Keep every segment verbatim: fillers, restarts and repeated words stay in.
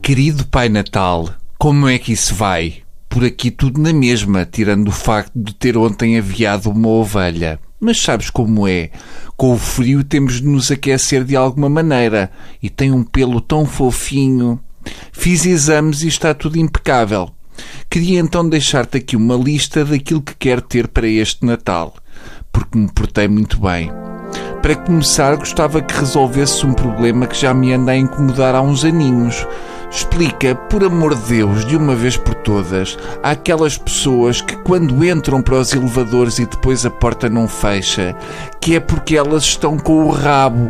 Querido Pai Natal, como é que isso vai? Por aqui tudo na mesma, tirando o facto de ter ontem aviado uma ovelha. Mas sabes como é? Com o frio temos de nos aquecer de alguma maneira. E tem um pelo tão fofinho. Fiz exames e está tudo impecável. Queria então deixar-te aqui uma lista daquilo que quero ter para este Natal, porque me portei muito bem. Para começar, gostava que resolvesse um problema que já me anda a incomodar há uns aninhos. Explica, por amor de Deus, de uma vez por todas, àquelas pessoas que quando entram para os elevadores e depois a porta não fecha, que é porque elas estão com o rabo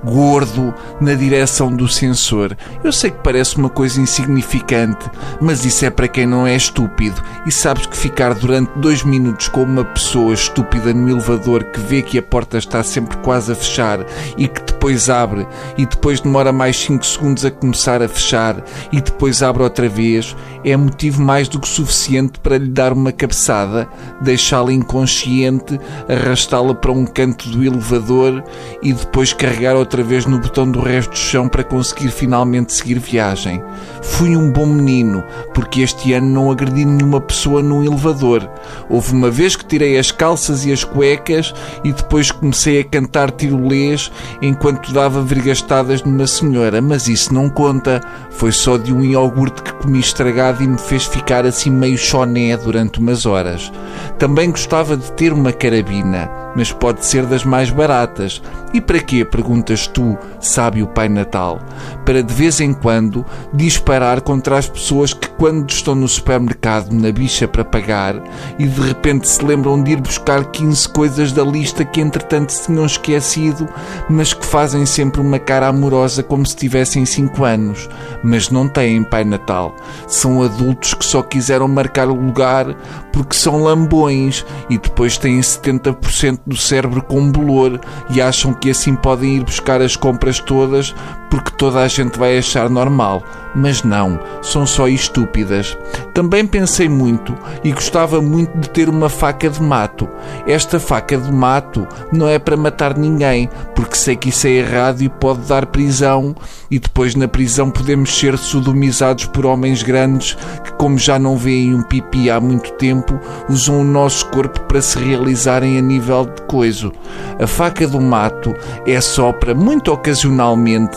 gordo na direção do sensor. Eu sei que parece uma coisa insignificante, mas isso é para quem não é estúpido. E sabes que ficar durante dois minutos com uma pessoa estúpida no elevador que vê que a porta está sempre quase a fechar e que depois abre e depois demora mais cinco segundos a começar a fechar e depois abre outra vez, é motivo mais do que suficiente para lhe dar uma cabeçada, deixá-la inconsciente, arrastá-la para um canto do elevador e depois carregar outra vez no botão do resto do chão para conseguir finalmente seguir viagem. Fui um bom menino, porque este ano não agredi nenhuma pessoa num elevador. Houve uma vez que tirei as calças e as cuecas e depois comecei a cantar tirolês enquanto dava vergastadas numa senhora, mas isso não conta. Foi só de um iogurte que comi estragado e me fez ficar assim meio choné durante umas horas. Também gostava de ter uma carabina, mas pode ser das mais baratas. E para quê, perguntas tu, sábio Pai Natal? Para de vez em quando disparar contra as pessoas que quando estão no supermercado na bicha para pagar e de repente se lembram de ir buscar quinze coisas da lista que entretanto se tinham esquecido, mas que fazem sempre uma cara amorosa como se tivessem cinco anos. Mas não têm Pai Natal. São adultos que só quiseram marcar o lugar porque são lambões e depois têm setenta por cento do cérebro com bolor e acham que assim podem ir buscar as compras todas porque toda a gente vai achar normal. Mas não, são só estúpidas. Também pensei muito e gostava muito de ter uma faca de mato. Esta faca de mato não é para matar ninguém, porque sei que isso é errado e pode dar prisão, e depois na prisão podemos ser sodomizados por homens grandes que, como já não veem um pipi há muito tempo, usam o nosso corpo para se realizarem a nível de coiso. A faca do mato é só para, muito ocasionalmente,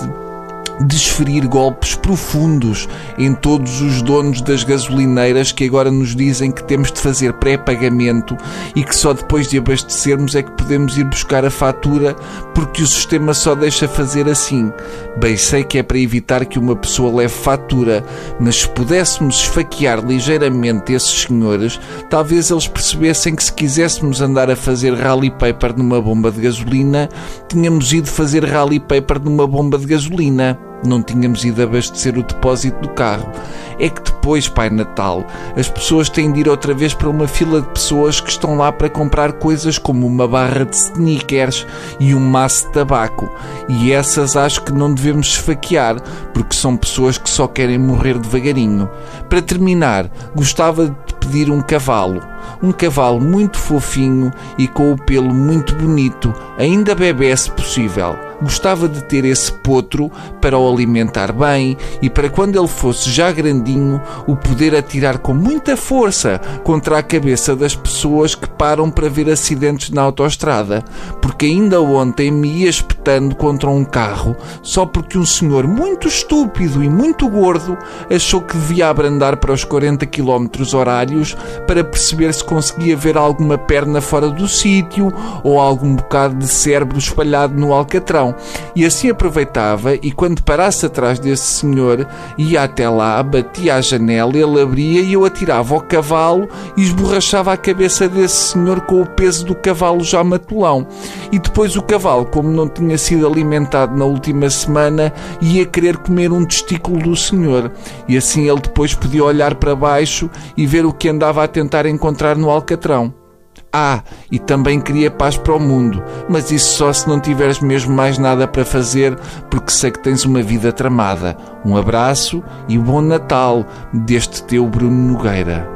desferir golpes profundos em todos os donos das gasolineiras que agora nos dizem que temos de fazer pré-pagamento e que só depois de abastecermos é que podemos ir buscar a fatura porque o sistema só deixa fazer assim. Bem, sei que é para evitar que uma pessoa leve fatura, mas se pudéssemos esfaquear ligeiramente esses senhores, talvez eles percebessem que se quiséssemos andar a fazer rally paper numa bomba de gasolina, tínhamos ido fazer rally paper numa bomba de gasolina. Não tínhamos ido abastecer o depósito do carro. É que depois, Pai Natal, as pessoas têm de ir outra vez para uma fila de pessoas que estão lá para comprar coisas como uma barra de sneakers e um maço de tabaco. E essas acho que não devemos esfaquear, porque são pessoas que só querem morrer devagarinho. Para terminar, gostava de pedir um cavalo. Um cavalo muito fofinho e com o pelo muito bonito, ainda bebê se possível. Gostava de ter esse potro para o alimentar bem e para quando ele fosse já grandinho o poder atirar com muita força contra a cabeça das pessoas que param para ver acidentes na autoestrada, porque ainda ontem me ia espetando contra um carro só porque um senhor muito estúpido e muito gordo achou que devia abrandar para os quarenta quilómetros horários para perceber se conseguia ver alguma perna fora do sítio ou algum bocado de cérebro espalhado no alcatrão. E assim aproveitava e quando parasse atrás desse senhor ia até lá, batia à janela, ele abria e eu atirava ao cavalo e esborrachava a cabeça desse senhor com o peso do cavalo já matulão. E depois o cavalo, como não tinha sido alimentado na última semana, ia querer comer um testículo do senhor. E assim ele depois podia olhar para baixo e ver o que andava a tentar encontrar no alcatrão. Ah, e também queria paz para o mundo, mas isso só se não tiveres mesmo mais nada para fazer, porque sei que tens uma vida tramada. Um abraço e bom Natal deste teu Bruno Nogueira.